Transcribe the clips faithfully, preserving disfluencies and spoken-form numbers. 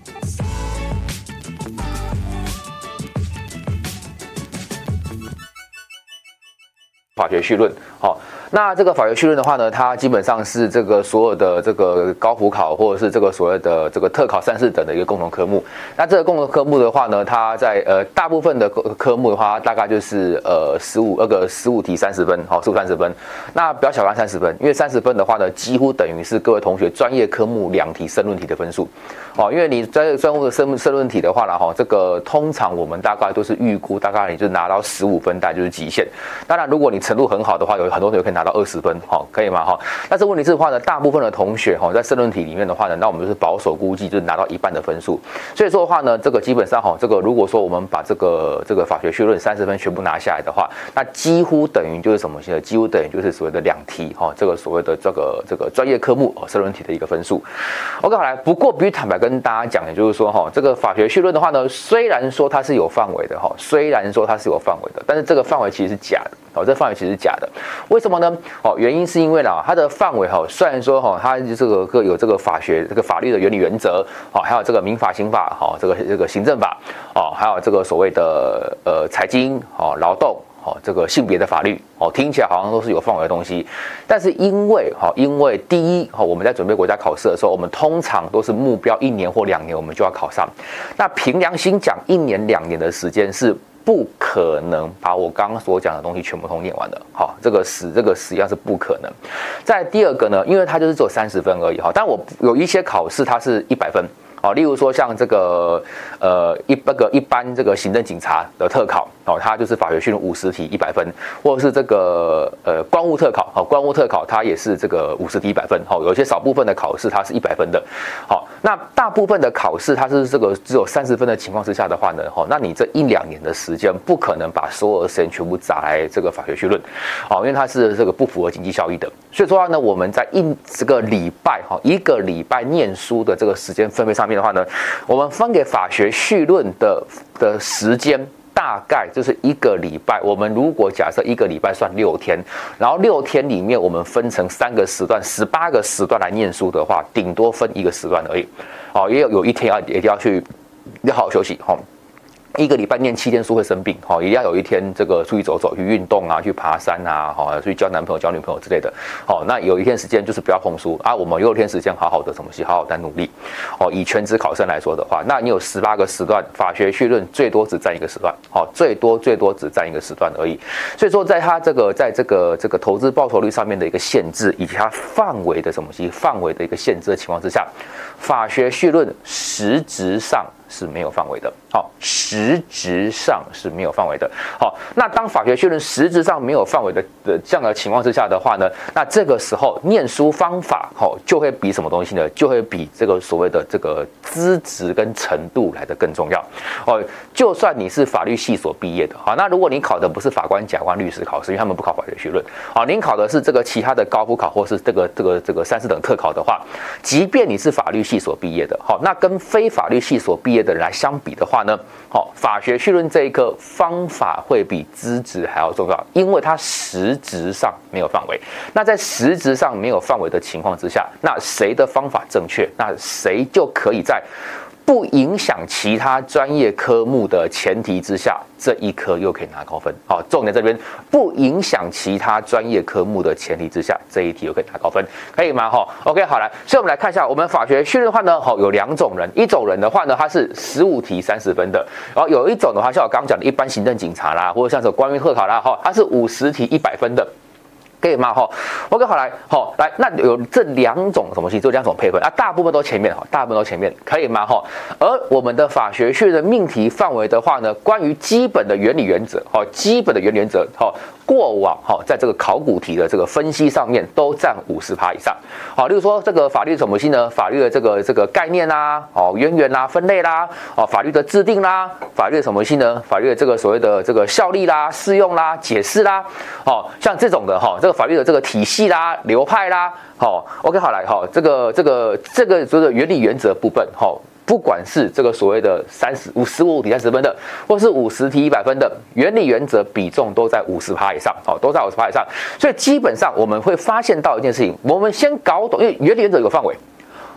法学绪论，好、哦，那这个法学绪论的话呢，它基本上是这个所有的这个高普考或者是这个所谓的这个特考三四等的一个共同科目。那这个共同科目的话呢，它在呃大部分的科目的话，大概就是呃十五那个十五题三十分，好、哦，十五三十分。那不要小看三十分，因为三十分的话呢，几乎等于是各位同学专业科目两题申论题的分数。哦，因为你专业专业的申申论题的话呢，哈、哦，这个通常我们大概都是预估，大概你就拿到十五分，大概就是极限。当然，如果你程度很好的话，有很多同学可以拿到二十分，好、哦，可以吗？哈、哦，但是问题是的话呢，大部分的同学哈、哦，在申论题里面的话呢，那我们就是保守估计就是拿到一半的分数。所以说的话呢，这个基本上哈、哦，这个如果说我们把这个这个法学绪论三十分全部拿下来的话，那几乎等于就是什么呢？几乎等于就是所谓的两题哈、哦，这个所谓的这个这个专业科目哦申论题的一个分数。OK， 好来，不过必须坦白跟大家讲，也就是说哈、哦，这个法学绪论的话呢，虽然说它是有范围的哈、哦，虽然说它是有范围的，但是这个范围其实是假的。哦，这范围其实是假的，为什么呢？哦，原因是因为啦，它的范围哈，虽然说哈，它这个各有这个法学这个法律的原理原则，哦，还有这个民法、刑法，哈，这个这个行政法，哦，还有这个所谓的呃财经，哦，劳动。哦，这个性别的法律哦，听起来好像都是有范围的东西，但是因为哈、哦，因为第一哈、哦，我们在准备国家考试的时候，我们通常都是目标一年或两年我们就要考上。那凭良心讲，一年两年的时间是不可能把我刚刚所讲的东西全部都念完的。好、哦，这个实这个实际上是不可能。再第二个呢，因为它就是只有三十分而已哈，但我有一些考试它是一百分。哦，例如说像这个呃一那个一般这个行政警察的特考哦，它就是法学绪论五十题一百分，或者是这个呃关务特考哦，关务特考它也是这个五十题一百分哦，有些少部分的考试它是一百分的。好、哦，那大部分的考试它是这个只有三十分的情况之下的话呢，哦，那你这一两年的时间不可能把所有的时间全部砸来这个法学绪论，哦，因为它是这个不符合经济效益的。所以说呢，我们在一这个礼拜哈、哦、一个礼拜念书的这个时间分配上面的话呢，我们分给法学绪论的的时间大概就是一个礼拜。我们如果假设一个礼拜算六天，然后六天里面我们分成三个时段，十八个时段来念书的话，顶多分一个时段而已。哦，也有有一天要一定要去要好好休息哈。哦，一个礼拜念七天书会生病，好，一定要有一天这个出去走走，去运动啊，去爬山啊，好，去交男朋友、交女朋友之类的，好，那有一天时间就是不要碰书啊，我们有六天时间好好的什么戏，好好的努力，哦，以全职考生来说的话，那你有十八个时段，法学绪论最多只占一个时段，好，最多最多只占一个时段而已，所以说在它这个在这个这个投资报酬率上面的一个限制，以及它范围的什么戏范围的一个限制的情况之下，法学绪论实质上是没有范围的，好，实质上是没有范围的。好，那当法学绪论实质上没有范围的的这样的情况之下的话呢，那这个时候念书方法，好，就会比什么东西呢？就会比这个所谓的这个资质跟程度来得更重要。哦，就算你是法律系所毕业的，好，那如果你考的不是法官、检察官、律师考试，因为他们不考法学绪论，好，您考的是这个其他的高普考或是这个这个这个三四等特考的话，即便你是法律系所毕业的，好，那跟非法律系所毕业的人来相比的话呢，好，法学绪论这一科方法会比资质还要重要，因为它实质上没有范围。那在实质上没有范围的情况之下，那谁的方法正确，那谁就可以在不影响其他专业科目的前提之下，这一科又可以拿高分。好，重点这边不影响其他专业科目的前提之下，这一题又可以拿高分，可以吗？哈 ，OK， 好来，所以我们来看一下我们法学绪论的话呢，好，有两种人，一种人的话呢，他是十五题三十分的，然后有一种的话，像我刚刚讲的一般行政警察啦，或者像是关于特考啦，哈，它是五十题一百分的。可以吗？哈 ，OK， 好来，好来，那有这两种什么题？这两种配分啊，大部分都前面哈，大部分都前面，可以吗？哈，而我们的法学绪的命题范围的话呢，关于基本的原理原则，哈，基本的原理原则，哈，过往哈，在这个考古题的这个分析上面都占五十趴以上。好，例如说这个法律什么性呢？法律的这个这个概念啦，哦，渊源啦，分类啦，哦，法律的制定啦，法律的什么性呢？法律的这个所谓的这个效力啦、适用啦、解释啦，哦，像这种的哈，这个法律的这个体系啦、流派啦，好 ，OK， 好来哈，这个这个这个所谓的原理原则部分，哈，不管是这个所谓的三十五十五题三十分的，或是五十题一百分的，原理原则比重都在五十趴以上，好，都在五十趴以上，所以基本上我们会发现到一件事情，我们先搞懂，因为原理原则有范围。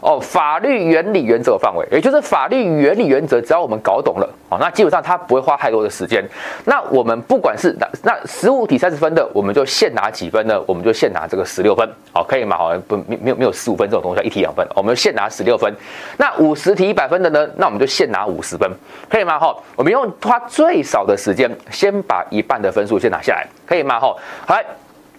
哦，法律原理原则范围，也就是法律原理原则，只要我们搞懂了，哦，那基本上它不会花太多的时间。那我们不管是那那十五题三十分的，我们就现拿几分呢？我们就现拿这个十六分，好，可以吗？好，不没有没有十五分这种东西，一题两分，我们就现拿十六分。那五十题一百分的呢？那我们就现拿五十分，可以吗？哈，我们用花最少的时间，先把一半的分数先拿下来，可以吗？哈，好来。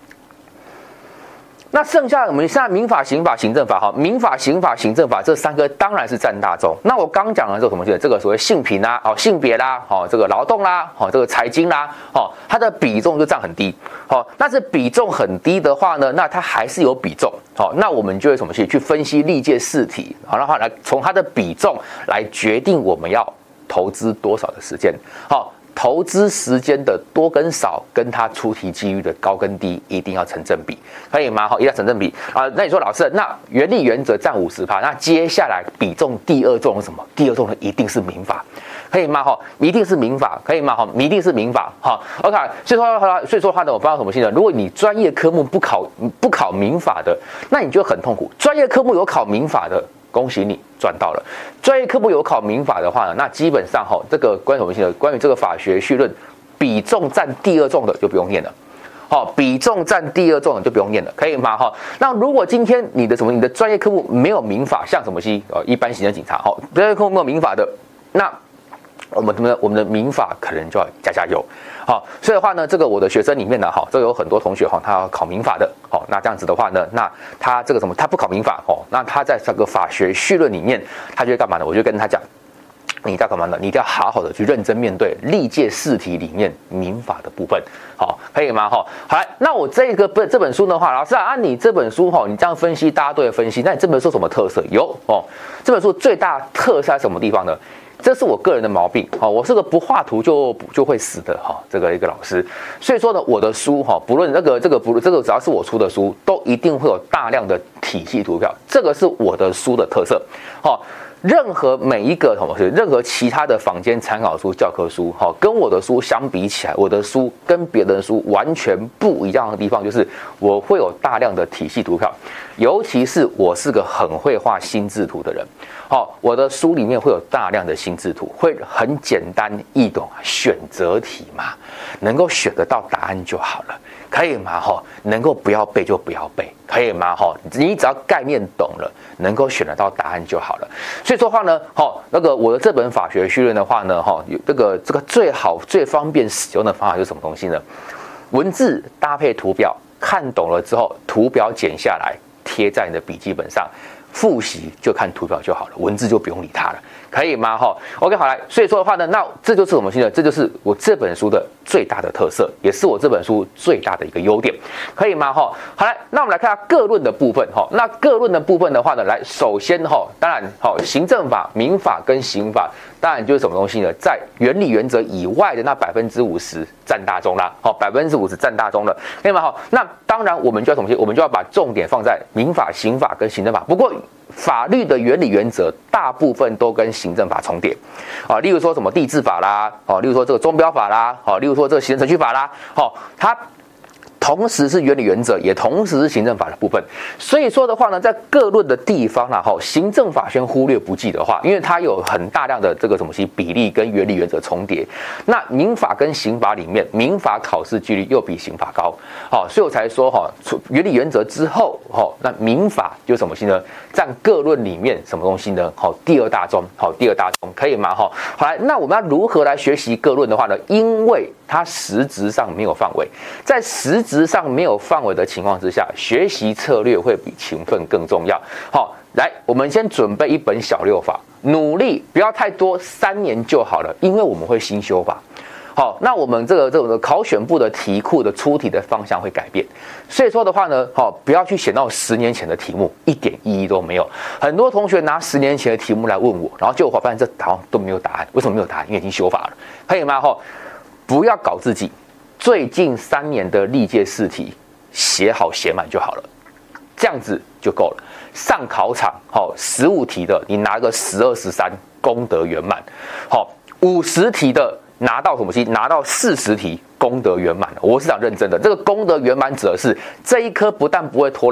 那剩下的我们现在民法、刑法、行政法，哈，民法、刑法、行政法这三个当然是占大宗。那我刚讲了这个什么？这个所谓性平啦，好，性别啦，好，这个劳动啦，好，这个财经啦，好，它的比重就占很低。好，但是比重很低的话呢，那它还是有比重。好，那我们就会什么去去分析历届试题，好，然后来从它的比重来决定我们要投资多少的时间。好。投资时间的多跟少，跟它出题几率的高跟低，一定要成正比，可以吗？好，一定要成正比啊。那你说老师，那原理原则占五十趴，那接下来比重第二重是什么？第二重的一定是民法，可以吗？哈，一定是民法，可以吗？哈，一定是民法。好 ，OK。所以说，所以说话呢，我发现什么新的？如果你专业科目不考不考民法的，那你就很痛苦。专业科目有考民法的。恭喜你赚到了。专业科目有考民法的话呢，那基本上哈，这个关于什么性的？关于这个法学绪论比重占第二重的就不用念了。好，比重占第二重的就不用念了，可以吗？哈，那如果今天你的什么，你的专业科目没有民法，像什么西呃一般行政警察，好，专业科目没有民法的，那我们的我们的民法可能就要加加油。好，所以的话呢，这个我的学生里面呢，哈，这有很多同学哈，他要考民法的，好，那这样子的话呢，那他这个什么，他不考民法，哦，那他在这个法学绪论里面，他就会干嘛呢？我就跟他讲，你要干嘛呢？你一定要好好的去认真面对历届试题里面民法的部分，好，可以吗？哈，好来，那我这个这本书的话，老师啊，你这本书哈，你这样分析，大家都会分析，那你这本书什么特色？有哦，这本书最大特色在什么地方呢？这是我个人的毛病，哈，我是个不画图就就会死的哈，这个一个老师，所以说呢，我的书哈，不论那个这个不这个只要是我出的书，都一定会有大量的体系图表，这个是我的书的特色，哈。任何每一个什么是任何其他的坊间参考书、教科书，哈，跟我的书相比起来，我的书跟别人的书完全不一样的地方，就是我会有大量的体系图表，尤其是我是个很会画心智图的人，好，我的书里面会有大量的心智图，会很简单易懂，选择题嘛，能够选得到答案就好了。可以吗？哈，能够不要背就不要背，可以吗？哈，你只要概念懂了，能够选得到答案就好了。所以说话呢，哈，那个我的这本法学绪论的话呢，哈，有这个这个最好最方便使用的方法是什么东西呢？文字搭配图表，看懂了之后，图表剪下来贴在你的笔记本上，复习就看图表就好了，文字就不用理它了。可以吗？哈 ，OK， 好来，所以说的话呢，那这就是我们现在，这就是我这本书的最大的特色，也是我这本书最大的一个优点，可以吗？哈，好来，那我们来看下各论的部分哈。那各论的部分的话呢，来，首先哈，当然哈，行政法、民法跟刑法，当然就是什么东西呢？在原理原则以外的那百分之五十占大宗啦，好，百分之五十占大宗了，可以吗？哈，那当然我们就要什么？我们就要把重点放在民法、刑法跟行政法。不过法律的原理原则大部分都跟行政法重叠，啊，例如说什么地制法啦，哦，例如说这个钟标法啦，哦，例如说这个行政程序法啦，哦，它同时是原理原则，也同时是行政法的部分。所以说的话呢，在各论的地方啦，哈，行政法先忽略不计的话，因为它有很大量的这个什么西比例跟原理原则重叠。那民法跟刑法里面，民法考试几率又比刑法高，好，所以我才说哈，原理原则之后，哈，那民法就什么西呢？占各论里面什么东西呢？好，第二大宗，好，第二大宗，可以吗？哈，好来，那我们要如何来学习各论的话呢？因为它实质上没有范围，在实质上没有范围的情况之下，学习策略会比勤奋更重要。好，来，我们先准备一本小六法，努力不要太多，三年就好了，因为我们会新修法。好，那我们这个这种的考选部的题库的出题的方向会改变，所以说的话呢，好，不要去选到十年前的题目，一点意义都没有。很多同学拿十年前的题目来问我，然后结果我发现这好像都没有答案，为什么没有答案？因为已经修法了，可以吗？哈，不要搞自己，最近三年的历届试题写好写满就好了，这样子就够了。上考场，好，十五题的你拿个十二十三，功德圆满。好，五十题的。拿到什么题？拿到四十题，功德圆满了。我是讲认真的，这个功德圆满指的是这一科不但不会拖累你，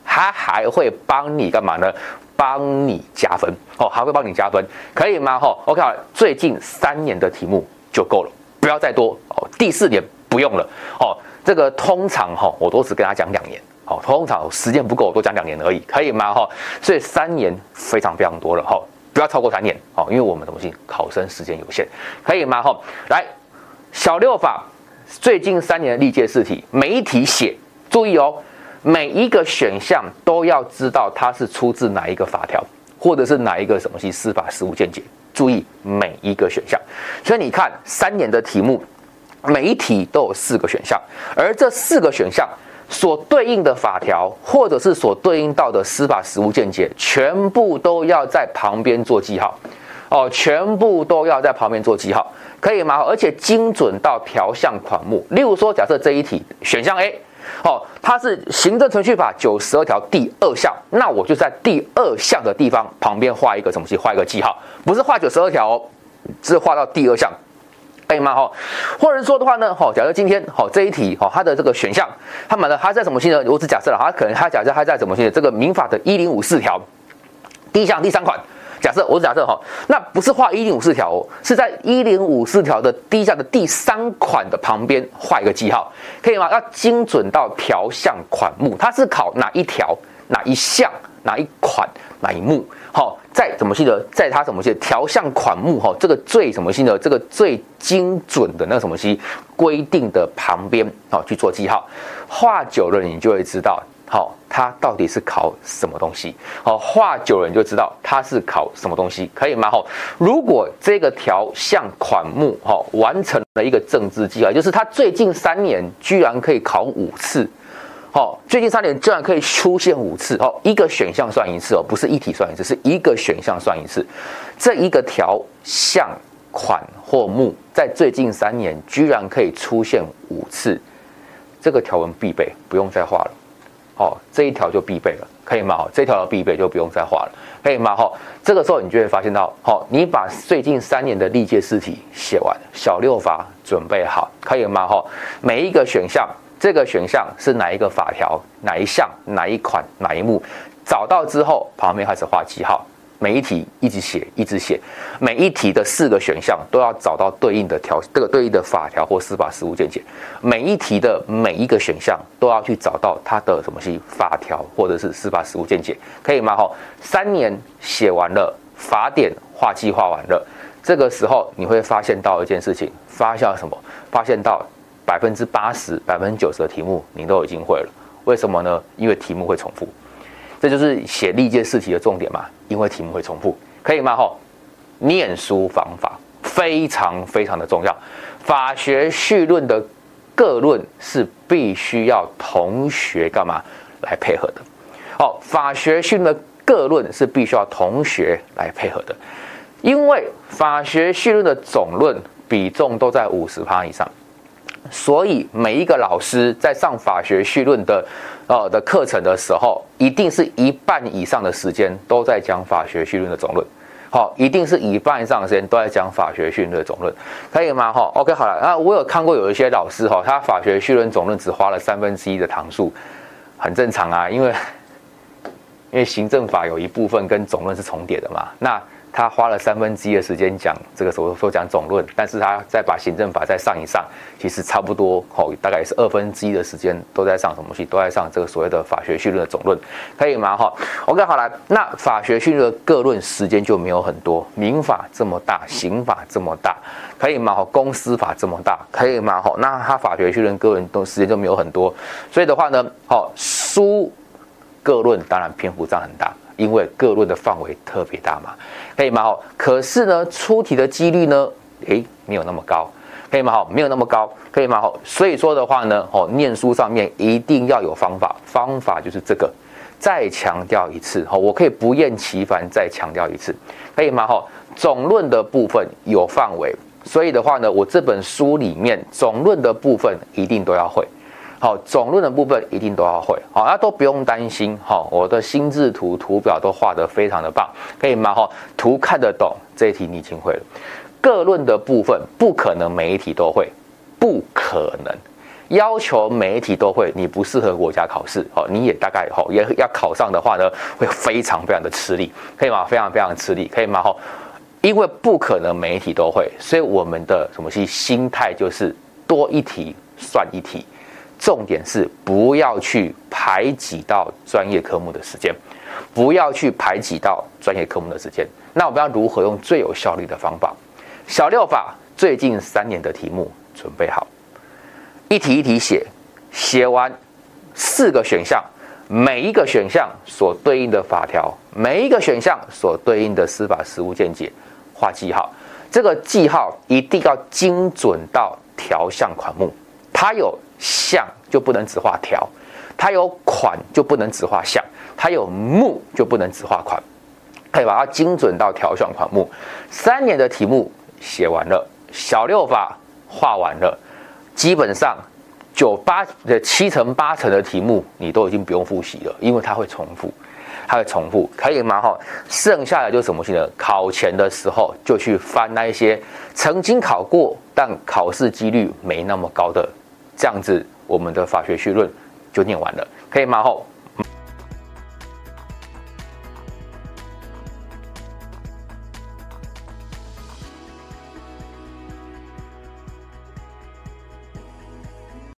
它还会帮你干嘛呢？帮你加分哦，还会帮你加分，可以吗？哈 ，OK 好，最近三年的题目就够了，不要再多哦。第四年不用了哦。这个通常哈，我都只跟他讲两年，哦，通常时间不够，我多讲两年而已，可以吗？哈，所以三年非常非常多了哈，不要超过三年哦，因为我们什么西考生时间有限，可以吗？哈，来小六法最近三年的历届试题，每一题写，注意哦。每一个选项都要知道它是出自哪一个法条，或者是哪一个什么系司法实务见解。注意每一个选项，所以你看三年的题目，每一题都有四个选项，而这四个选项所对应的法条，或者是所对应到的司法实务见解，全部都要在旁边做记号。哦，全部都要在旁边做记号，可以吗？而且精准到条项款目。例如说，假设这一题选项 A。哦，它是行政程序法九十二条第二项，那我就在第二项的地方旁边画一个什么？画一个记号，不是画九十二条哦，是画到第二项，可以吗？哈，或者说的话呢，哈，假设今天好这一题，哈，它的这个选项，它们呢，它在什么性呢？我只假设了，它可能它假设它在什么性？这个民法的一零五四条第一项第三款。假设我是假设哈，那不是画一零五四条哦，是在一零五四条的第一项的第三款的旁边画一个记号，可以吗？要精准到条项款目，它是考哪一条、哪一项、哪一款、哪一目？好，在怎么记得？在它怎么记得？条项款目哈，这个最什么性的？这个最精准的那个什么西规定的旁边好去做记号，画久了你就会知道。好，它到底是考什么东西？好，画久了你就知道它是考什么东西，可以吗？好，如果这个条项款目哈完成了一个政治记号，就是它最近三年居然可以考五次，好，最近三年居然可以出现五次，哦，一个选项算一次哦，不是一题算一次，是一个选项算一次，这一个条项款或目在最近三年居然可以出现五次，这个条文必备，不用再画了。哦，这一条就必备了，可以吗？哦，这一条的必备就不用再画了，可以吗？哈，这个时候你就会发现到，好，你把最近三年的历届试题写完，小六法准备好，可以吗？哈，每一个选项，这个选项是哪一个法条、哪一项、哪一款、哪一目，找到之后，旁边开始画记号。每一题一直写，一直写，每一题的四个选项都要找到对应的条，这个对应的法条或司法实务见解。每一题的每一个选项都要去找到它的什么是法条或者是司法实务见解，可以吗？哈，三年写完了，法典画记画完了，这个时候你会发现到一件事情，发现什么？发现到百分之八十、百分之九十的题目你都已经会了，为什么呢？因为题目会重复。这就是写历届试题的重点嘛，因为题目会重复，可以吗？吼，念书方法非常非常的重要。法学绪论的各论是必须要同学干嘛来配合的？哦，法学绪论的各论是必须要同学来配合的，因为法学绪论的总论比重都在 百分之五十 以上。所以每一个老师在上法学绪论的呃的课程的时候，一定是一半以上的时间都在讲法学绪论的总论。好，一定是一半以上的时间都在讲法学绪论的总论，可以吗？哈 ，OK， 好了。那我有看过有一些老师哈，他法学绪论总论只花了三分之一的堂数，很正常啊，因为因为行政法有一部分跟总论是重叠的嘛，那。他花了三分之一的时间讲这个所说讲总论，但是他再把行政法再上一上，其实差不多哦，大概是二分之一的时间都在上什么东西，都在上这个所谓的法学绪论的总论，可以吗？哈 ，OK， 好了，那法学绪论的各论时间就没有很多，民法这么大，刑法这么大，可以吗？哈，公司法这么大，可以吗？哈，那他法学绪论各论都时间就没有很多，所以的话呢，好，书各论当然篇幅占很大。因为各论的范围特别大嘛，可以吗？好，可是呢，出题的几率呢，诶，没有那么高，可以吗？好，没有那么高，可以吗？好，所以说的话呢，哦，念书上面一定要有方法，方法就是这个，再强调一次，哦，我可以不厌其烦再强调一次，可以吗？好，总论的部分有范围，所以的话呢，我这本书里面总论的部分一定都要会。好，总论的部分一定都要会，好，那都不用担心，好，我的心智图图表都画得非常的棒，可以吗？哈，图看得懂，这一题你已经会了。各论的部分不可能每一题都会，不可能， 要求每一题都会，你不适合国家考试哦，你也大概哦也要考上的话呢，会非常非常的吃力，可以吗？非常非常吃力，可以吗？哦，因为不可能每一题都会，所以我们的什么心心态就是多一题算一题，重点是不要去排挤到专业科目的时间，不要去排挤到专业科目的时间。那我们要如何用最有效率的方法？小六法最近三年的题目准备好，一题一题写，写完四个选项，每一个选项所对应的法条，每一个选项所对应的司法实务见解，画记号。这个记号一定要精准到条项款目，它有项就不能只画条，它有款就不能只画项，它有目就不能只画款，可以把它精准到条项款目。三年的题目写完了，小六法画完了，基本上九八的七成八成的题目你都已经不用复习了，因为它会重复，它会重复，可以吗？哈，剩下的就是什么呢？考前的时候就去翻那一些曾经考过但考试几率没那么高的，这样子我们的法学绪论就念完了，可以吗？哈，